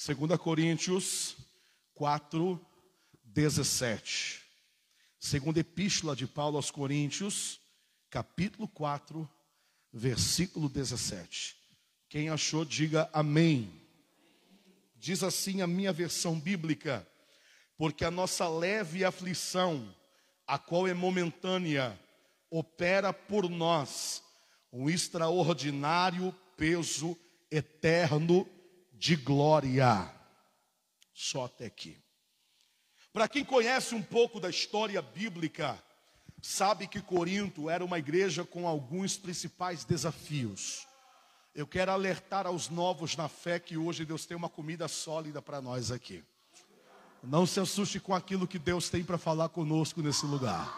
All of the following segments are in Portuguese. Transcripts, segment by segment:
2 Coríntios 4:17. Segunda epístola de Paulo aos Coríntios, capítulo 4, versículo 17. Quem achou, diga amém. Diz assim a minha versão bíblica: porque a nossa leve aflição, a qual é momentânea, opera por nós um extraordinário peso eterno de glória. Só até aqui. Para quem conhece um pouco da história bíblica, sabe que Corinto era uma igreja com alguns principais desafios. Eu quero alertar aos novos na fé que hoje Deus tem uma comida sólida para nós aqui. Não se assuste com aquilo que Deus tem para falar conosco nesse lugar.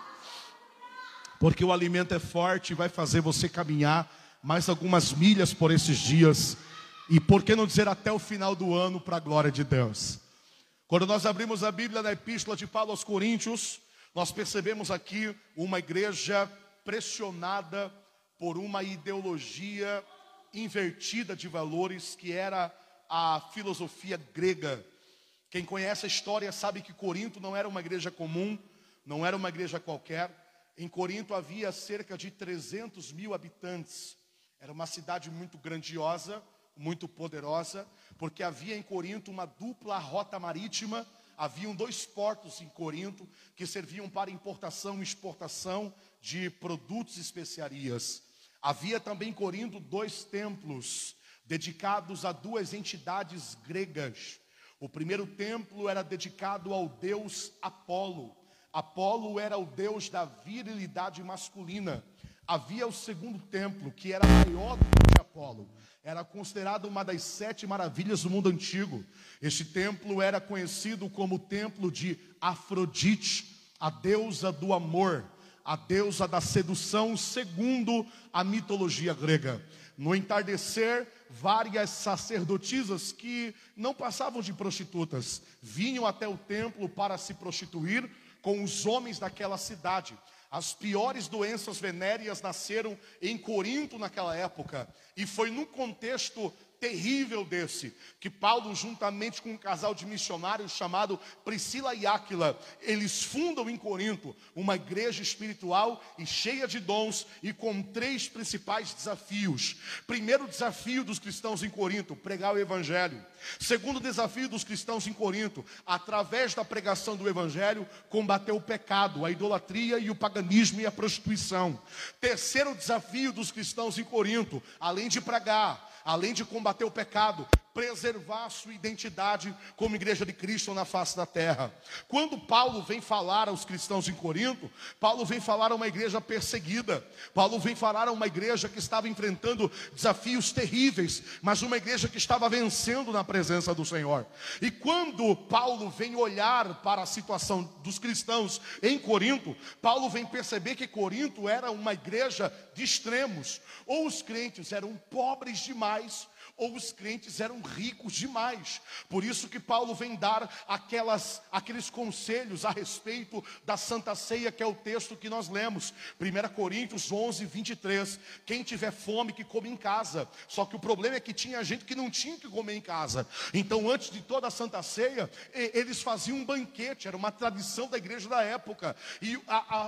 Porque o alimento é forte e vai fazer você caminhar mais algumas milhas por esses dias. E por que não dizer até o final do ano para a glória de Deus? Quando nós abrimos a Bíblia na epístola de Paulo aos Coríntios, nós percebemos aqui uma igreja pressionada por uma ideologia invertida de valores, que era a filosofia grega. Quem conhece a história sabe que Corinto não era uma igreja comum, não era uma igreja qualquer. Em Corinto havia cerca de 300 mil habitantes. Era uma cidade muito grandiosa, muito poderosa, porque havia em Corinto uma dupla rota marítima. Haviam 2 portos em Corinto que serviam para importação e exportação de produtos e especiarias. Havia também em Corinto 2 templos dedicados a 2 entidades gregas. O primeiro templo era dedicado ao deus Apolo. Apolo era o deus da virilidade masculina. Havia o segundo templo, que era maior do que o de Apolo. Era considerado uma das 7 maravilhas do mundo antigo. Este templo era conhecido como o templo de Afrodite, a deusa do amor, a deusa da sedução, segundo a mitologia grega. No entardecer, várias sacerdotisas que não passavam de prostitutas vinham até o templo para se prostituir com os homens daquela cidade. As piores doenças venéreas nasceram em Corinto naquela época. E foi num contexto terrível desse que Paulo, juntamente com um casal de missionários chamado Priscila e Áquila, eles fundam em Corinto uma igreja espiritual e cheia de dons, e com 3 principais desafios. Primeiro desafio dos cristãos em Corinto: pregar o evangelho. Segundo desafio dos cristãos em Corinto: através da pregação do evangelho, combater o pecado, a idolatria e o paganismo e a prostituição. Terceiro desafio dos cristãos em Corinto: além de pregar, além de combater o pecado, preservar a sua identidade como igreja de Cristo na face da terra. Quando Paulo vem falar aos cristãos em Corinto, Paulo vem falar a uma igreja perseguida. Paulo vem falar a uma igreja que estava enfrentando desafios terríveis, mas uma igreja que estava vencendo na presença do Senhor. E quando Paulo vem olhar para a situação dos cristãos em Corinto, Paulo vem perceber que Corinto era uma igreja de extremos. Ou os crentes eram pobres demais, ou os crentes eram ricos demais. Por isso que Paulo vem dar aqueles conselhos a respeito da Santa Ceia, que é o texto que nós lemos, 1 Coríntios 11:23. Quem tiver fome, que come em casa. Só que o problema é que tinha gente que não tinha que comer em casa. Então, antes de toda a Santa Ceia, eles faziam um banquete. Era uma tradição da igreja da época. E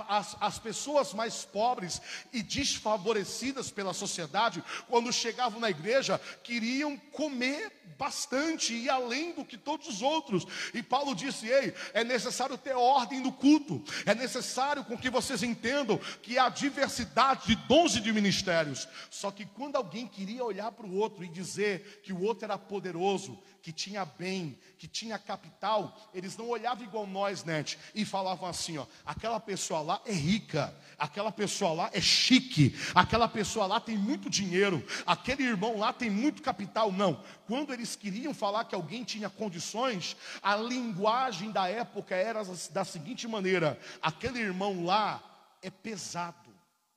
as pessoas mais pobres e desfavorecidas pela sociedade, quando chegavam na igreja, queriam comer bastante e além do que todos os outros. E Paulo disse: ei, é necessário ter ordem no culto. É necessário com que vocês entendam que há diversidade de dons e de ministérios. Só que quando alguém queria olhar para o outro e dizer que o outro era poderoso, que tinha bem, que tinha capital, eles não olhavam igual nós, Net, e falavam assim: ó, aquela pessoa lá é rica, aquela pessoa lá é chique, aquela pessoa lá tem muito dinheiro, aquele irmão lá tem muito capital. Não. Quando eles queriam falar que alguém tinha condições, a linguagem da época era da seguinte maneira: aquele irmão lá é pesado.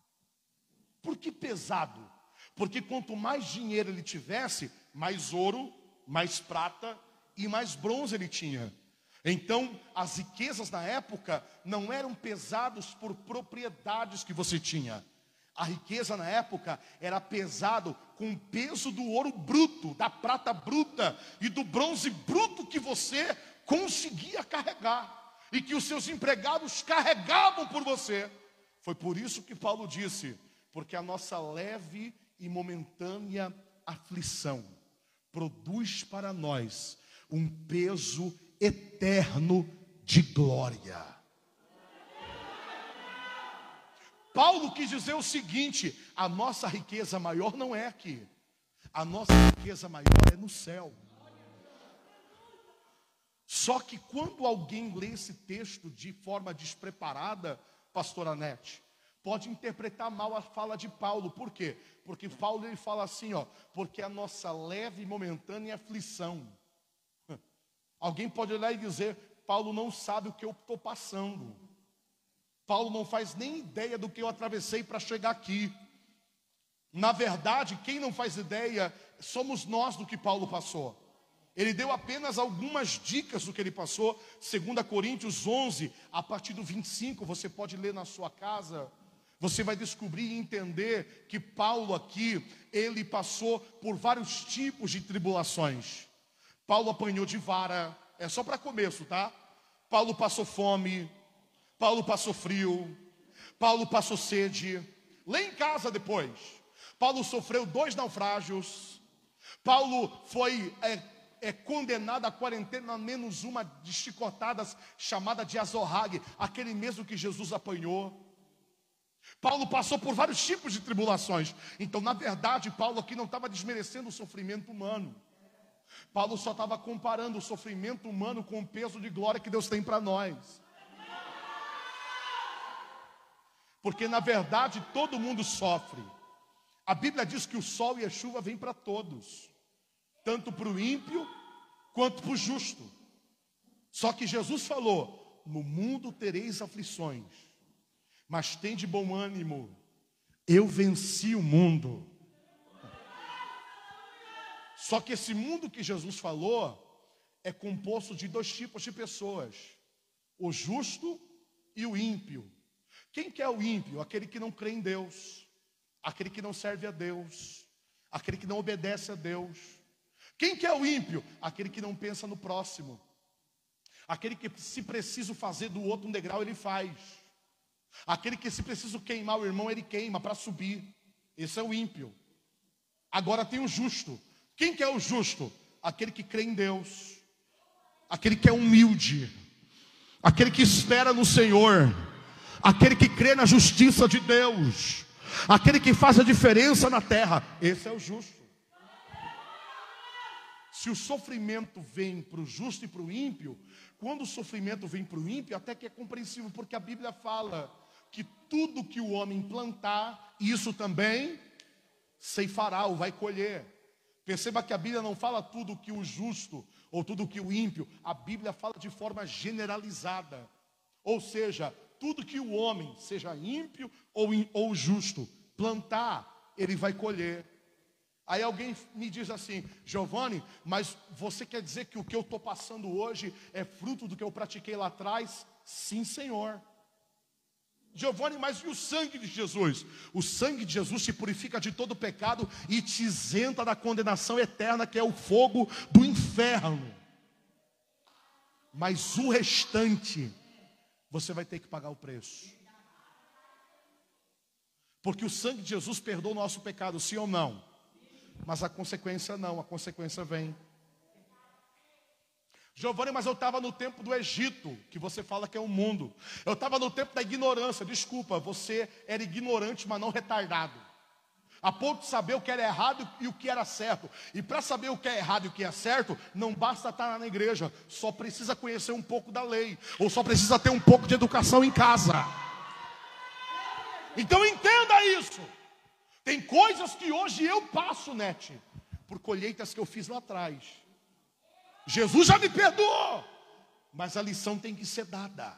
Por que pesado? Porque quanto mais dinheiro ele tivesse, mais ouro, mais prata e mais bronze ele tinha. Então, as riquezas na época não eram pesados por propriedades que você tinha. A riqueza na época era pesado com o peso do ouro bruto, da prata bruta e do bronze bruto que você conseguia carregar e que os seus empregados carregavam por você. Foi por isso que Paulo disse: porque a nossa leve e momentânea aflição produz para nós um peso eterno de glória. Paulo quis dizer o seguinte: a nossa riqueza maior não é aqui, a nossa riqueza maior é no céu. Só que quando alguém lê esse texto de forma despreparada, pastora Anete, pode interpretar mal a fala de Paulo. Por quê? Porque Paulo ele fala assim, porque a nossa leve e momentânea aflição. Alguém pode olhar e dizer: Paulo não sabe o que eu estou passando. Paulo não faz nem ideia do que eu atravessei para chegar aqui. Na verdade, quem não faz ideia somos nós do que Paulo passou. Ele deu apenas algumas dicas do que ele passou. 2 Coríntios 11, a partir do 25, você pode ler na sua casa. Você vai descobrir e entender que Paulo aqui, ele passou por vários tipos de tribulações. Paulo apanhou de vara, é só para começo, tá? Paulo passou fome, Paulo passou frio, Paulo passou sede. Lê em casa depois. Paulo sofreu 2 naufrágios. Paulo foi condenado à quarentena menos uma de chicotadas, chamada de azorrague, aquele mesmo que Jesus apanhou. Paulo passou por vários tipos de tribulações. Então, na verdade, Paulo aqui não estava desmerecendo o sofrimento humano. Paulo só estava comparando o sofrimento humano com o peso de glória que Deus tem para nós. Porque na verdade todo mundo sofre. A Bíblia diz que o sol e a chuva vêm para todos, tanto para o ímpio quanto para o justo. Só que Jesus falou: no mundo tereis aflições, mas tende bom ânimo, eu venci o mundo. Só que esse mundo que Jesus falou é composto de 2 tipos de pessoas: o justo e o ímpio. Quem que é o ímpio? Aquele que não crê em Deus, aquele que não serve a Deus, aquele que não obedece a Deus. Quem que é o ímpio? Aquele que não pensa no próximo, aquele que se preciso fazer do outro um degrau, ele faz. Aquele que se preciso queimar o irmão, ele queima para subir. Esse é o ímpio. Agora tem o justo. Quem que é o justo? Aquele que crê em Deus, aquele que é humilde, aquele que espera no Senhor, aquele que crê na justiça de Deus, aquele que faz a diferença na terra. Esse é o justo. Se o sofrimento vem para o justo e para o ímpio, quando o sofrimento vem para o ímpio, até que é compreensível, porque a Bíblia fala que tudo que o homem plantar, isso também ceifará ou vai colher. Perceba que a Bíblia não fala tudo que o justo ou tudo que o ímpio, a Bíblia fala de forma generalizada. Ou seja, tudo que o homem, seja ímpio ou justo, plantar, ele vai colher. Aí alguém me diz assim: Giovanni, mas você quer dizer que o que eu estou passando hoje é fruto do que eu pratiquei lá atrás? Sim, Senhor. Giovanni, mas e o sangue de Jesus? O sangue de Jesus te purifica de todo pecado e te isenta da condenação eterna, que é o fogo do inferno. Mas o restante, você vai ter que pagar o preço. Porque o sangue de Jesus perdoa o nosso pecado, sim ou não? Mas a consequência não, a consequência vem. Giovanni, mas eu estava no tempo do Egito, que você fala que é um mundo. Eu estava no tempo da ignorância. Desculpa, você era ignorante, mas não retardado. A ponto de saber o que era errado e o que era certo. E para saber o que é errado e o que é certo, não basta estar na igreja. Só precisa conhecer um pouco da lei. Ou só precisa ter um pouco de educação em casa. Então entenda isso. Tem coisas que hoje eu passo, Nete, por colheitas que eu fiz lá atrás. Jesus já me perdoou, mas a lição tem que ser dada.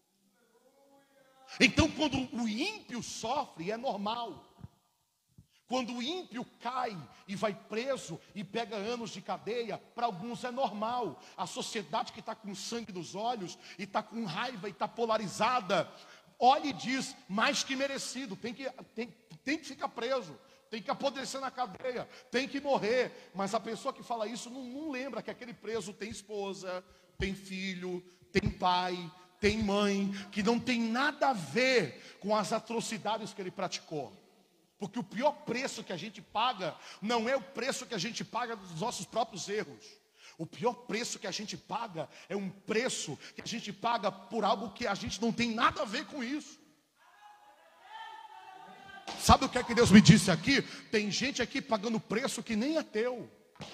Então quando o ímpio sofre, é normal. Quando o ímpio cai e vai preso e pega anos de cadeia, para alguns é normal. A sociedade que está com sangue nos olhos e está com raiva e está polarizada, olha e diz, mais que merecido, tem que ficar preso, tem que apodrecer na cadeia, tem que morrer. Mas a pessoa que fala isso não lembra que aquele preso tem esposa, tem filho, tem pai, tem mãe, que não tem nada a ver com as atrocidades que ele praticou. Porque o pior preço que a gente paga não é o preço que a gente paga dos nossos próprios erros. O pior preço que a gente paga é um preço que a gente paga por algo que a gente não tem nada a ver com isso. Sabe o que é que Deus me disse aqui? Tem gente aqui pagando preço que nem é teu.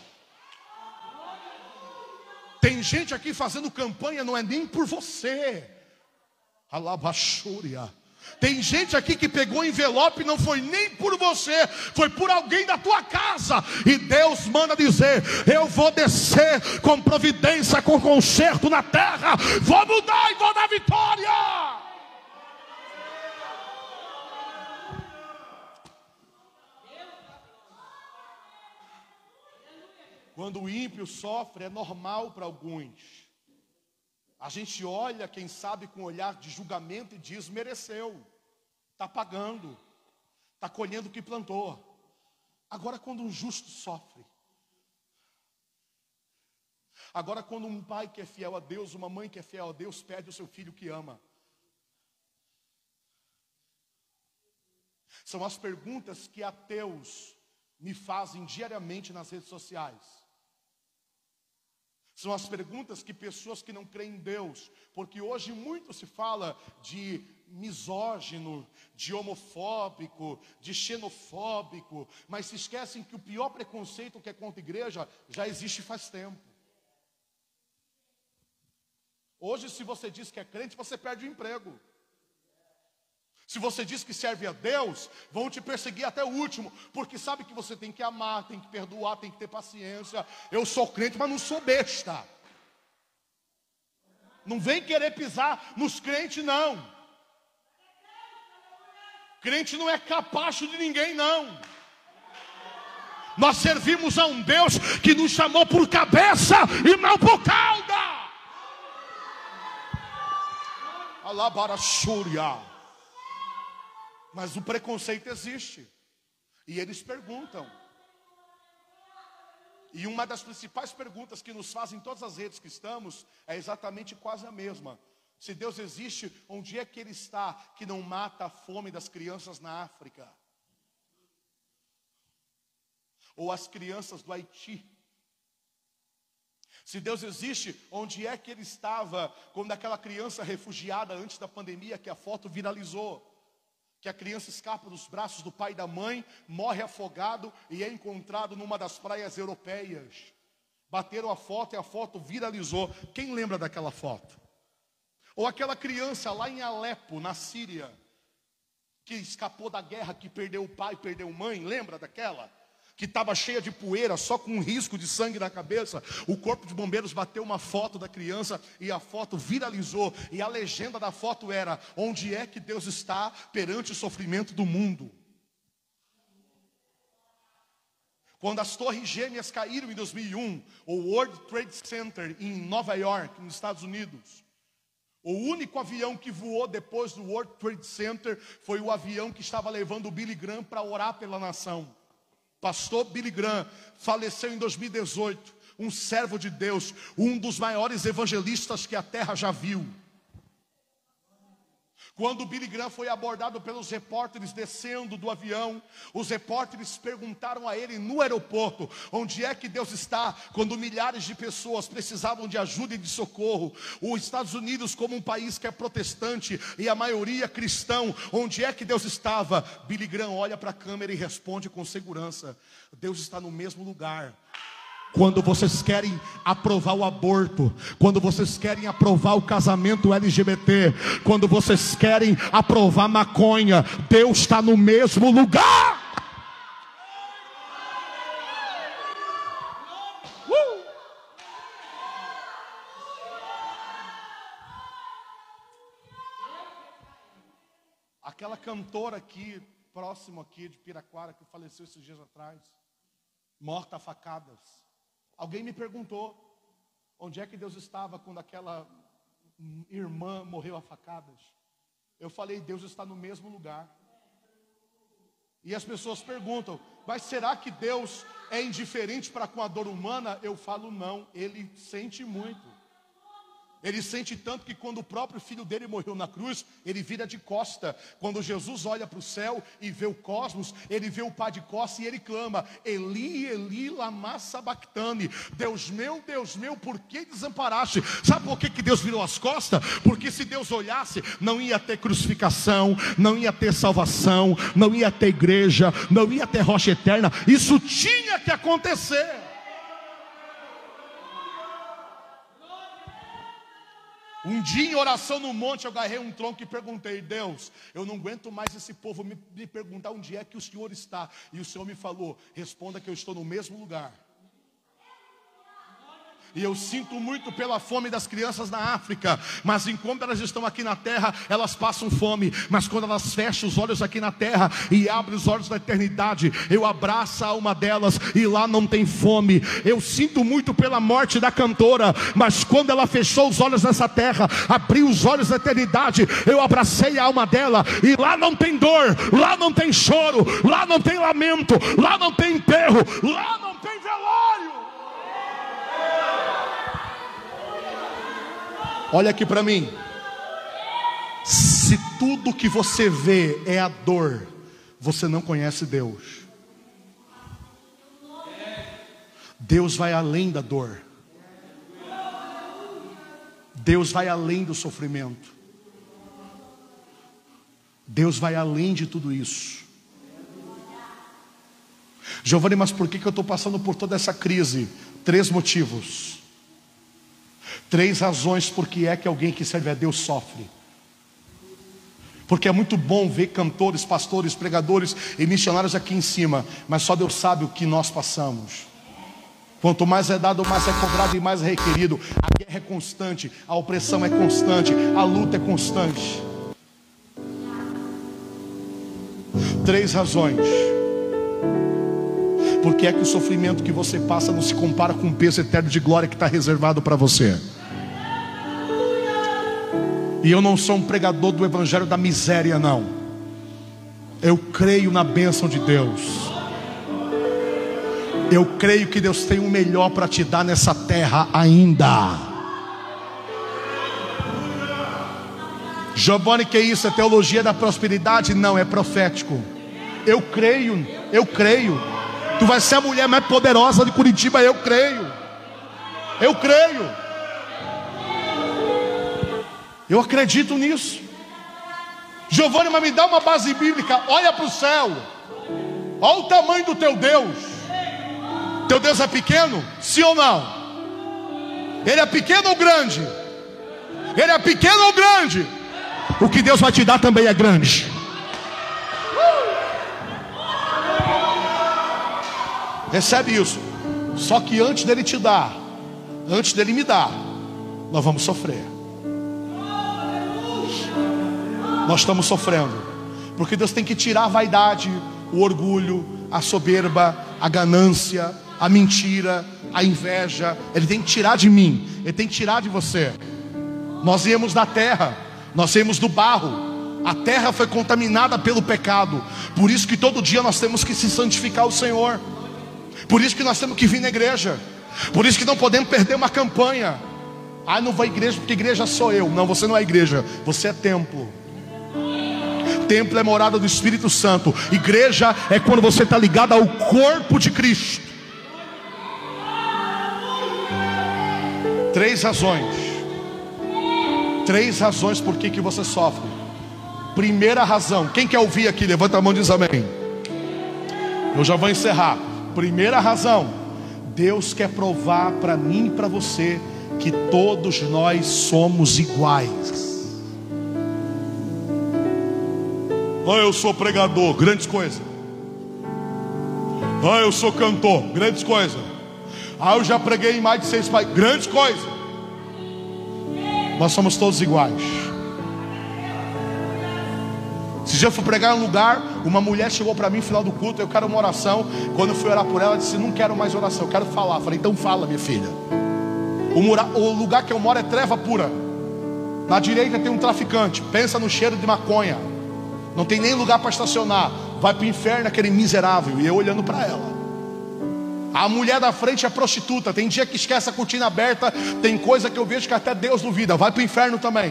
Tem gente aqui fazendo campanha, não é nem por você. Alabaxúria. Tem gente aqui que pegou envelope, não foi nem por você, foi por alguém da tua casa. E Deus manda dizer: eu vou descer com providência, com conserto na terra, vou mudar e vou dar vitória. Quando o ímpio sofre, é normal para alguns. A gente olha, quem sabe, com um olhar de julgamento e diz: mereceu, está pagando, está colhendo o que plantou. Agora, quando um justo sofre, agora quando um pai que é fiel a Deus, uma mãe que é fiel a Deus, perde o seu filho que ama. São as perguntas que ateus me fazem diariamente nas redes sociais. São as perguntas que pessoas que não creem em Deus, porque hoje muito se fala de misógino, de homofóbico, de xenofóbico, mas se esquecem que o pior preconceito que é contra a igreja já existe faz tempo. Hoje, se você diz que é crente, você perde o emprego. Se você diz que serve a Deus, vão te perseguir até o último, porque sabe que você tem que amar, tem que perdoar, tem que ter paciência. Eu sou crente, mas não sou besta. Não vem querer pisar nos crentes, não. Crente não é capacho de ninguém, não. Nós servimos a um Deus que nos chamou por cabeça e não por cauda. Alabaraxúria. Mas o preconceito existe. E eles perguntam. E uma das principais perguntas que nos fazem em todas as redes que estamos é exatamente quase a mesma. Se Deus existe, onde é que Ele está que não mata a fome das crianças na África? Ou as crianças do Haiti? Se Deus existe, onde é que Ele estava quando aquela criança refugiada antes da pandemia, que a foto viralizou? Que a criança escapa dos braços do pai e da mãe, morre afogado e é encontrado numa das praias europeias. Bateram a foto e a foto viralizou. Quem lembra daquela foto? Ou aquela criança lá em Alepo, na Síria, que escapou da guerra, que perdeu o pai, perdeu a mãe, lembra daquela? Que estava cheia de poeira, só com um risco de sangue na cabeça. O corpo de bombeiros bateu uma foto da criança e a foto viralizou. E a legenda da foto era: onde é que Deus está perante o sofrimento do mundo? Quando as torres gêmeas caíram em 2001, o World Trade Center em Nova York, nos Estados Unidos, o único avião que voou depois do World Trade Center foi o avião que estava levando o Billy Graham para orar pela nação. Pastor Billy Graham faleceu em 2018, um servo de Deus, um dos maiores evangelistas que a terra já viu. Quando o Billy Graham foi abordado pelos repórteres descendo do avião, os repórteres perguntaram a ele no aeroporto: onde é que Deus está quando milhares de pessoas precisavam de ajuda e de socorro? Os Estados Unidos, como um país que é protestante e a maioria cristão, onde é que Deus estava? Billy Graham olha para a câmera e responde com segurança: Deus está no mesmo lugar. Quando vocês querem aprovar o aborto, quando vocês querem aprovar o casamento LGBT, quando vocês querem aprovar maconha, Deus está no mesmo lugar. Aquela cantora aqui, próximo aqui de Piraquara, que faleceu esses dias atrás, morta a facadas. Alguém me perguntou onde é que Deus estava quando aquela irmã morreu a facadas. Eu falei, Deus está no mesmo lugar. E as pessoas perguntam, mas será que Deus é indiferente para com a dor humana? Eu falo, não, Ele sente muito. Ele sente tanto que quando o próprio filho dele morreu na cruz, ele vira de costa. Quando Jesus olha para o céu e vê o cosmos, ele vê o Pai de costa e ele clama, Eli, Eli, lama sabachthani. Deus meu, por que desamparaste? Sabe por que Deus virou as costas? Porque se Deus olhasse, não ia ter crucificação, não ia ter salvação, não ia ter igreja, não ia ter rocha eterna. Isso tinha que acontecer. Um dia em oração no monte eu agarrei um tronco e perguntei, Deus, eu não aguento mais esse povo me perguntar onde é que o Senhor está. E o Senhor me falou, responda que eu estou no mesmo lugar. E eu sinto muito pela fome das crianças na África, mas enquanto elas estão aqui na terra, elas passam fome. Mas quando elas fecham os olhos aqui na terra e abrem os olhos da eternidade, eu abraço a alma delas e lá não tem fome. Eu sinto muito pela morte da cantora, mas quando ela fechou os olhos nessa terra, abriu os olhos da eternidade, eu abracei a alma dela e lá não tem dor, lá não tem choro, lá não tem lamento, lá não tem enterro, lá não tem velório. Olha aqui para mim. Se tudo que você vê é a dor, você não conhece Deus. Deus vai além da dor. Deus vai além do sofrimento. Deus vai além de tudo isso. Giovanni, mas por que eu estou passando por toda essa crise? 3 motivos. 3 razões por que é que alguém que serve a Deus sofre. Porque é muito bom ver cantores, pastores, pregadores e missionários aqui em cima, mas só Deus sabe o que nós passamos. Quanto mais é dado, mais é cobrado e mais é requerido. A guerra é constante, a opressão é constante, a luta é constante. 3 razões. Porque é que o sofrimento que você passa não se compara com o peso eterno de glória que está reservado para você. E eu não sou um pregador do evangelho da miséria, não. Eu creio na bênção de Deus. Eu creio que Deus tem o melhor para te dar nessa terra ainda. Giovanni, que isso? É teologia da prosperidade? Não, é profético. Eu creio. Tu vai ser a mulher mais poderosa de Curitiba, eu creio. Eu acredito nisso. Giovanni, mas me dá uma base bíblica. Olha para o céu. Olha o tamanho do teu Deus. Teu Deus é pequeno? Sim ou não? Ele é pequeno ou grande? Ele é pequeno ou grande? O que Deus vai te dar também é grande. Recebe isso. Só que antes dele te dar, antes dele me dar, nós vamos sofrer. Nós estamos sofrendo, porque Deus tem que tirar a vaidade, o orgulho, a soberba, a ganância, a mentira, a inveja. Ele tem que tirar de mim, Ele tem que tirar de você. Nós íamos da terra, nós íamos do barro. A terra foi contaminada pelo pecado. Por isso que todo dia nós temos que se santificar ao Senhor. Por isso que nós temos que vir na igreja. Por isso que não podemos perder uma campanha. Ah, não vou à igreja porque igreja sou eu. Não, você não é igreja, você é templo. Templo é morada do Espírito Santo. Igreja é quando você está ligado ao corpo de Cristo. 3 razões. 3 razões por que você sofre. Primeira razão. Quem quer ouvir aqui? Levanta a mão e diz amém. Eu já vou encerrar. Primeira razão. Deus quer provar para mim e para você que todos nós somos iguais. Ah, eu sou pregador, grandes coisas. Ah, eu sou cantor, grandes coisas. Ah, eu já preguei em mais de 6 países, grandes coisas. Nós somos todos iguais. Se eu for pregar em um lugar, uma mulher chegou para mim no final do culto, eu quero uma oração. Quando eu fui orar por ela, ela disse, não quero mais oração, eu quero falar. Eu falei, então fala, minha filha. O lugar que eu moro é treva pura. Na direita tem um traficante, pensa no cheiro de maconha, não tem nem lugar para estacionar, vai para o inferno aquele miserável. E eu olhando para ela. A mulher da frente é prostituta, tem dia que esquece a cortina aberta, tem coisa que eu vejo que até Deus duvida, vai para o inferno também.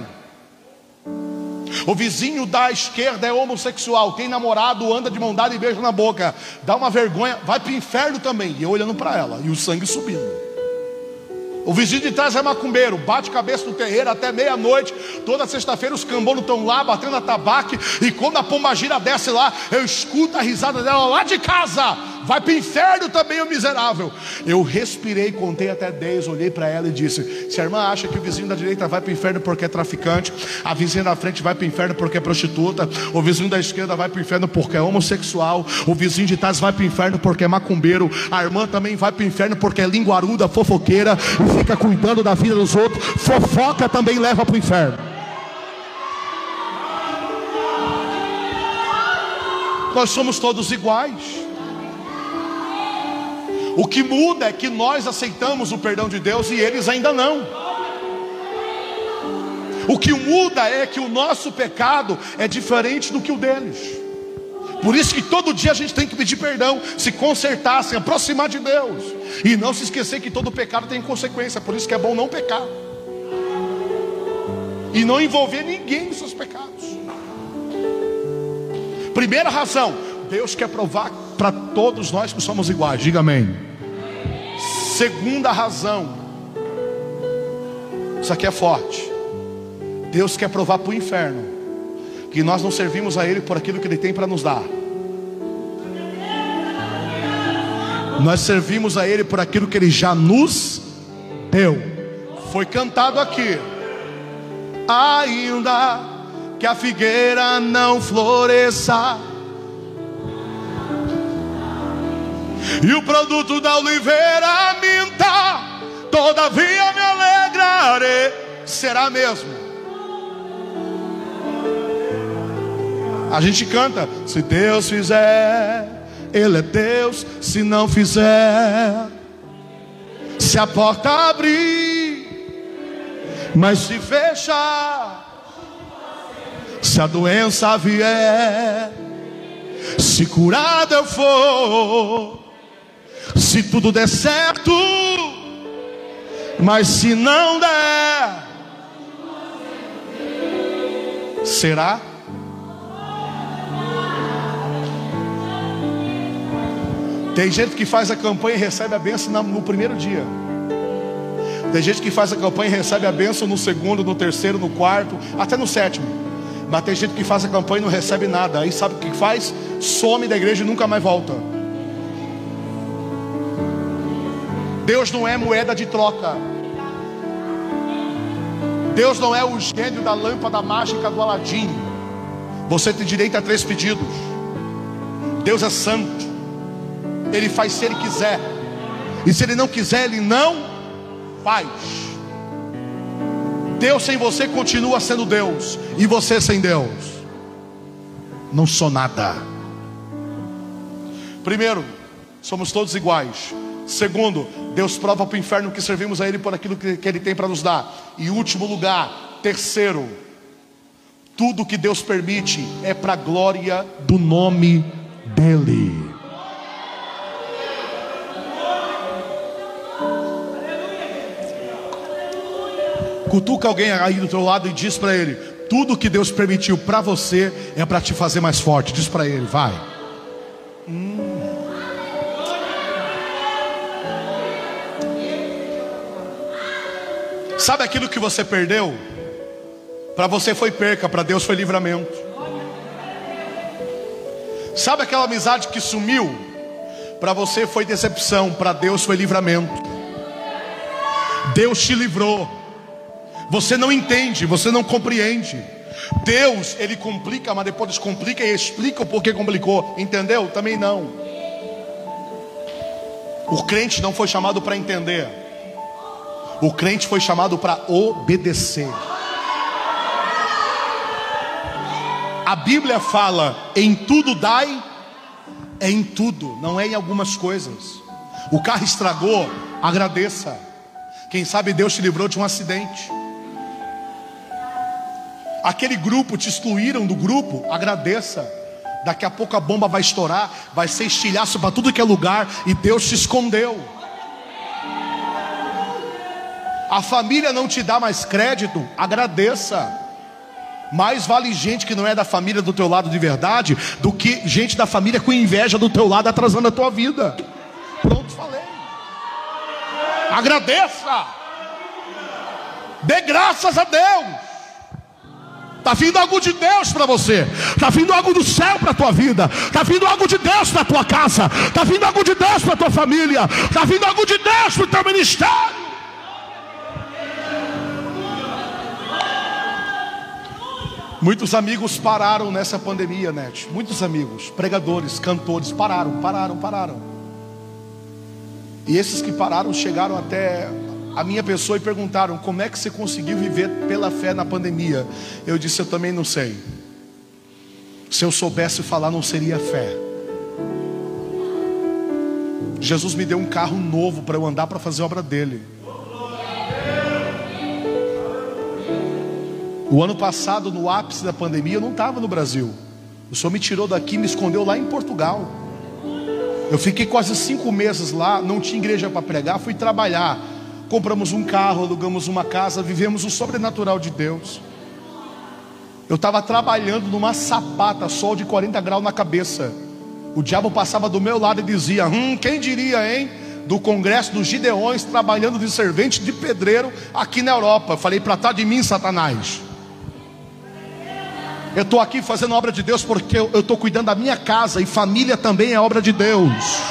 O vizinho da esquerda é homossexual, tem namorado, anda de mão dada e beijo na boca, dá uma vergonha, vai para o inferno também. E eu olhando para ela, e o sangue subindo. O vizinho de trás é macumbeiro, bate cabeça no terreiro até meia-noite. Toda sexta-feira os cambonos estão lá batendo atabaque. E quando a pombagira desce lá, eu escuto a risada dela lá de casa. Vai para o inferno também, o miserável. Eu respirei, contei até 10, olhei para ela e disse: se a irmã acha que o vizinho da direita vai para o inferno porque é traficante, a vizinha da frente vai para o inferno porque é prostituta, o vizinho da esquerda vai para o inferno porque é homossexual, o vizinho de trás vai para o inferno porque é macumbeiro, a irmã também vai para o inferno porque é linguaruda, fofoqueira, e fica cuidando da vida dos outros. Fofoca também leva para o inferno. Nós somos todos iguais. O que muda é que nós aceitamos o perdão de Deus e eles ainda não. O que muda é que o nosso pecado é diferente do que o deles. Por isso que todo dia a gente tem que pedir perdão, se consertar, se aproximar de Deus. E não se esquecer que todo pecado tem consequência. Por isso que é bom não pecar. E não envolver ninguém nos seus pecados. Primeira razão, Deus quer provar para todos nós que somos iguais. Diga amém. Segunda razão, isso aqui é forte. Deus quer provar para o inferno que nós não servimos a Ele por aquilo que Ele tem para nos dar. Nós servimos a Ele por aquilo que Ele já nos deu. Foi cantado aqui: ainda que a figueira não floresça e o produto da oliveira minta, todavia me alegrarei. Será mesmo? A gente canta: se Deus fizer, Ele é Deus. Se não fizer, se a porta abrir, mas se fechar, se a doença vier, se curado eu for, se tudo der certo, mas se não der, será? Tem gente que faz a campanha e recebe a bênção no primeiro dia. Tem gente que faz a campanha e recebe a bênção no segundo, no terceiro, no quarto, até no sétimo. Mas tem gente que faz a campanha e não recebe nada. Aí sabe o que faz? Some da igreja e nunca mais volta. Deus não é moeda de troca. Deus não é o gênio da lâmpada mágica do Aladim. Você tem direito a 3 pedidos. Deus é santo. Ele faz se Ele quiser. E se Ele não quiser, Ele não faz. Deus sem você continua sendo Deus. E você sem Deus não sou nada. Primeiro, somos todos iguais. Segundo, Deus prova para o inferno que servimos a Ele por aquilo que Ele tem para nos dar. E último lugar, terceiro, tudo que Deus permite é para a glória do nome dEle. Cutuca alguém aí do teu lado e diz para ele: tudo que Deus permitiu para você é para te fazer mais forte. Diz para ele, vai. Sabe aquilo que você perdeu? Para você foi perca, para Deus foi livramento. Sabe aquela amizade que sumiu? Para você foi decepção, para Deus foi livramento. Deus te livrou. Você não entende, você não compreende. Deus, Ele complica, mas depois descomplica e explica o porquê complicou. Entendeu? Também não. O crente não foi chamado para entender. O crente foi chamado para obedecer. A Bíblia fala: em tudo dai, é em tudo, não é em algumas coisas. O carro estragou, agradeça. Quem sabe Deus te livrou de um acidente. Aquele grupo, te excluíram do grupo, agradeça. Daqui a pouco a bomba vai estourar, vai ser estilhaço para tudo que é lugar, e Deus te escondeu. A família não te dá mais crédito, agradeça. Mais vale gente que não é da família do teu lado de verdade, do que gente da família com inveja do teu lado, atrasando a tua vida. Pronto, falei. Agradeça. Dê graças a Deus. Está vindo algo de Deus para você. Está vindo algo do céu para a tua vida. Está vindo algo de Deus para a tua casa. Está vindo algo de Deus para a tua família. Está vindo algo de Deus para o teu ministério. Muitos amigos pararam nessa pandemia, Net. Muitos amigos, pregadores, cantores, pararam. E esses que pararam chegaram até a minha pessoa e perguntaram: como é que você conseguiu viver pela fé na pandemia? Eu disse: eu também não sei. Se eu soubesse falar, não seria fé. Jesus me deu um carro novo para eu andar, para fazer a obra dele. O ano passado, no ápice da pandemia, eu não estava no Brasil. O Senhor me tirou daqui e me escondeu lá em Portugal. Eu fiquei quase 5 meses lá, não tinha igreja para pregar, fui trabalhar. Compramos um carro, alugamos uma casa, vivemos o sobrenatural de Deus. Eu estava trabalhando numa sapata, sol de 40 graus na cabeça. O diabo passava do meu lado e dizia: quem diria, hein? Do congresso dos Gideões, trabalhando de servente de pedreiro aqui na Europa. Eu falei: para trás de mim, Satanás. Eu estou aqui fazendo a obra de Deus porque eu estou cuidando da minha casa, e família também é obra de Deus.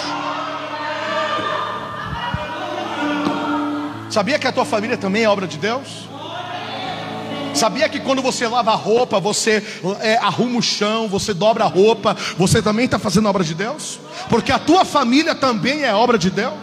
Sabia que a tua família também é obra de Deus? Sabia que quando você lava a roupa, você arruma o chão, você dobra a roupa, você também está fazendo a obra de Deus? Porque a tua família também é obra de Deus.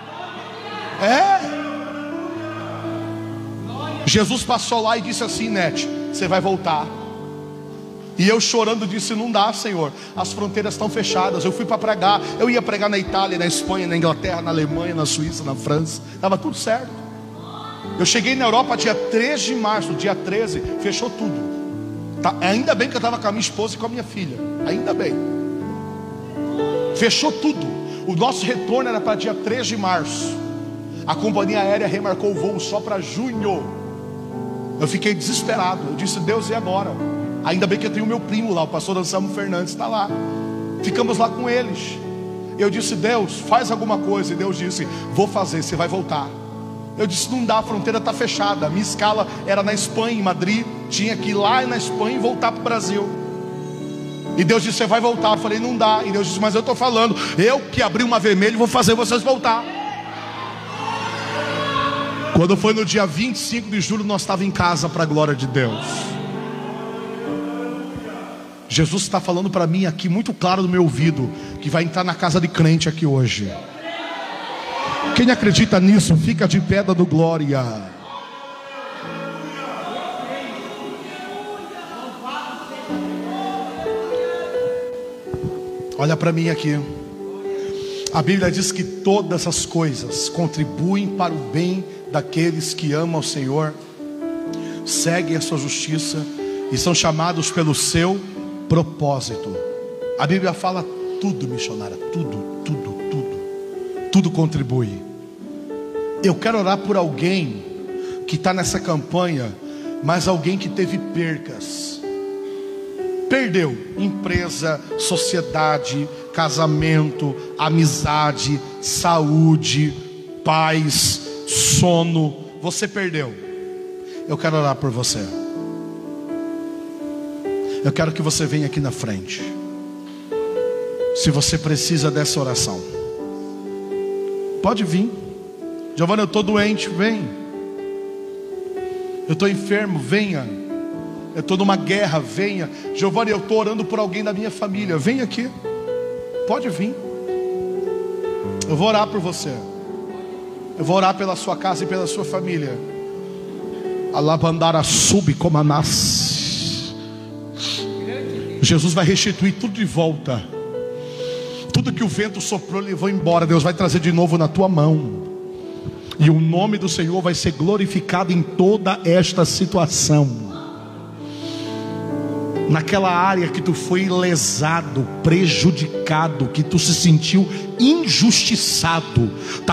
Jesus passou lá e disse assim: Net, você vai voltar. E eu chorando disse: não dá, Senhor, as fronteiras estão fechadas. Eu fui para pregar, eu ia pregar na Itália, na Espanha, na Inglaterra, na Alemanha, na Suíça, na França, estava tudo certo. Eu cheguei na Europa dia 3 de março, dia 13, fechou tudo. Ainda bem que eu estava com a minha esposa e com a minha filha, ainda bem. Fechou tudo. O nosso retorno era para dia 3 de março. A companhia aérea remarcou o voo só para junho. Eu fiquei desesperado, eu disse: Deus, e agora? Ainda bem que eu tenho o meu primo lá, o pastor Anselmo Fernandes está lá. Ficamos lá com eles. Eu disse: Deus, faz alguma coisa. E Deus disse: vou fazer, você vai voltar. Eu disse: não dá, a fronteira está fechada. A minha escala era na Espanha, em Madrid. Tinha que ir lá na Espanha e voltar para o Brasil. E Deus disse: você vai voltar. Eu falei: não dá. E Deus disse: mas eu estou falando, eu que abri uma vermelha vou fazer vocês voltar. Quando foi no dia 25 de julho, nós estávamos em casa, para a glória de Deus. Jesus está falando para mim aqui, muito claro no meu ouvido, que vai entrar na casa de crente aqui hoje. Quem acredita nisso, fica de pé dando glória. Olha para mim aqui. A Bíblia diz que todas as coisas contribuem para o bem daqueles que amam ao Senhor, seguem a sua justiça e são chamados pelo seu propósito. A Bíblia fala tudo, missionária, tudo contribui. Eu quero orar por alguém que está nessa campanha, mas alguém que teve percas, perdeu empresa, sociedade, casamento, amizade, saúde, paz, sono. Você perdeu. Eu quero orar por você. Eu quero que você venha aqui na frente. Se você precisa dessa oração, pode vir. Giovanni, eu estou doente, vem. Eu estou enfermo, venha. Eu estou numa guerra, venha. Giovanni, eu estou orando por alguém da minha família, vem aqui. Pode vir. Eu vou orar por você. Eu vou orar pela sua casa e pela sua família. Alabandara sub como anás. Jesus vai restituir tudo de volta. Tudo que o vento soprou, levou embora, Deus vai trazer de novo na tua mão. E o nome do Senhor vai ser glorificado em toda esta situação. naquela área que tu foi lesado, prejudicado, que tu se sentiu injustiçado.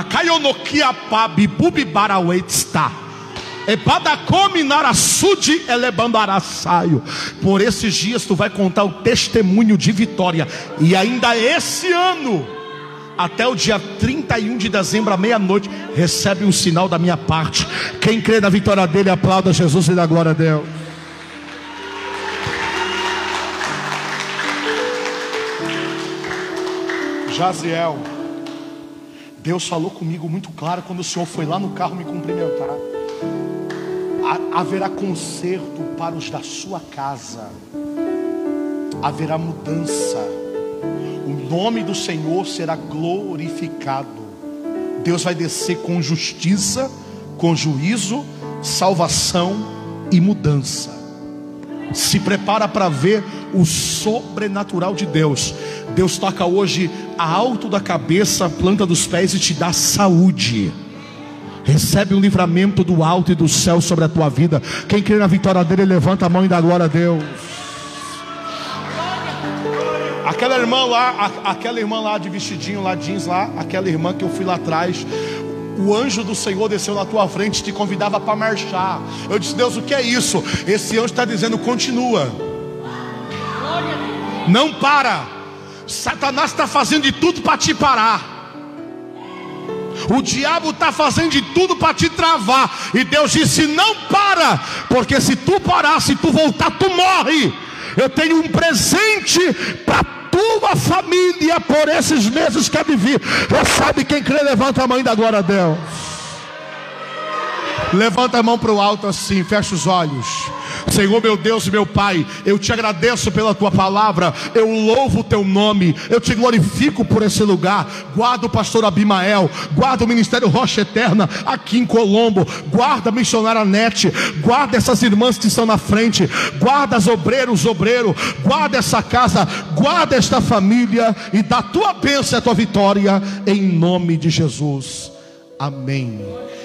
Por esses dias tu vai contar o testemunho de vitória. E ainda esse ano, até o dia 31 de dezembro à meia-noite, recebe um sinal da minha parte. Quem crê na vitória dele, aplauda Jesus e dá glória a Deus. Jaziel, Deus falou comigo muito claro quando o Senhor foi lá no carro me cumprimentar. Haverá conserto para os da sua casa, haverá mudança, o nome do Senhor será glorificado. Deus vai descer com justiça, com juízo, salvação e mudança. Se prepara para ver o sobrenatural de Deus. Deus toca hoje a alto da cabeça, a planta dos pés e te dá saúde. Recebe um livramento do alto e do céu sobre a tua vida. Quem crê na vitória dele, levanta a mão e dá glória a Deus. Aquela irmã lá de vestidinho lá, jeans lá, aquela irmã que eu fui lá atrás, o anjo do Senhor desceu na tua frente e te convidava para marchar. Eu disse: Deus, o que é isso? Esse anjo está dizendo: continua, não para. Satanás está fazendo de tudo para te parar. O diabo está fazendo de tudo para te travar. E Deus disse: não para, porque se tu parar, se tu voltar, tu morre. Eu tenho um presente para tua família por esses meses que há de vir. Recebe. Quem crê, levanta a mão e dá glória a Deus. Levanta a mão para o alto assim, fecha os olhos. Senhor, meu Deus e meu Pai, eu te agradeço pela tua palavra, eu louvo o teu nome, eu te glorifico por esse lugar. Guarda o pastor Abimael, guarda o ministério Rocha Eterna aqui em Colombo, guarda a missionária Nete, guarda essas irmãs que estão na frente, guarda as obreiros, guarda essa casa, guarda esta família e dá tua bênção e a tua vitória em nome de Jesus. Amém.